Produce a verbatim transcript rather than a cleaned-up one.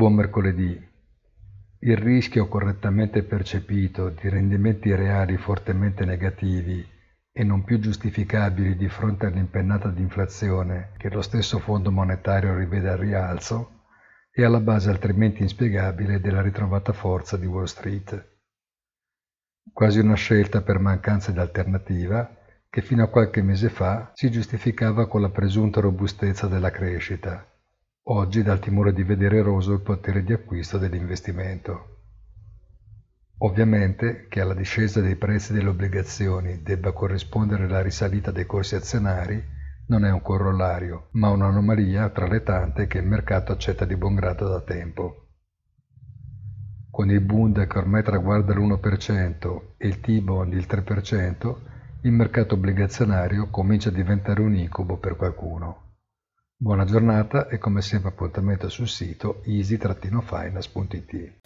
Buon mercoledì. Il rischio correttamente percepito di rendimenti reali fortemente negativi e non più giustificabili di fronte all'impennata di inflazione che lo stesso Fondo monetario rivede al rialzo è alla base altrimenti inspiegabile della ritrovata forza di Wall Street. Quasi una scelta per mancanza di alternativa che fino a qualche mese fa si giustificava con la presunta robustezza della crescita, oggi dal timore di vedere eroso il potere di acquisto dell'investimento. Ovviamente che alla discesa dei prezzi delle obbligazioni debba corrispondere la risalita dei corsi azionari non è un corollario, ma un'anomalia tra le tante che il mercato accetta di buon grado da tempo. Con il Bund che ormai traguarda l'uno per cento e il T-Bond il tre per cento, il mercato obbligazionario comincia a diventare un incubo per qualcuno. Buona giornata e come sempre appuntamento sul sito easy-finance punto it.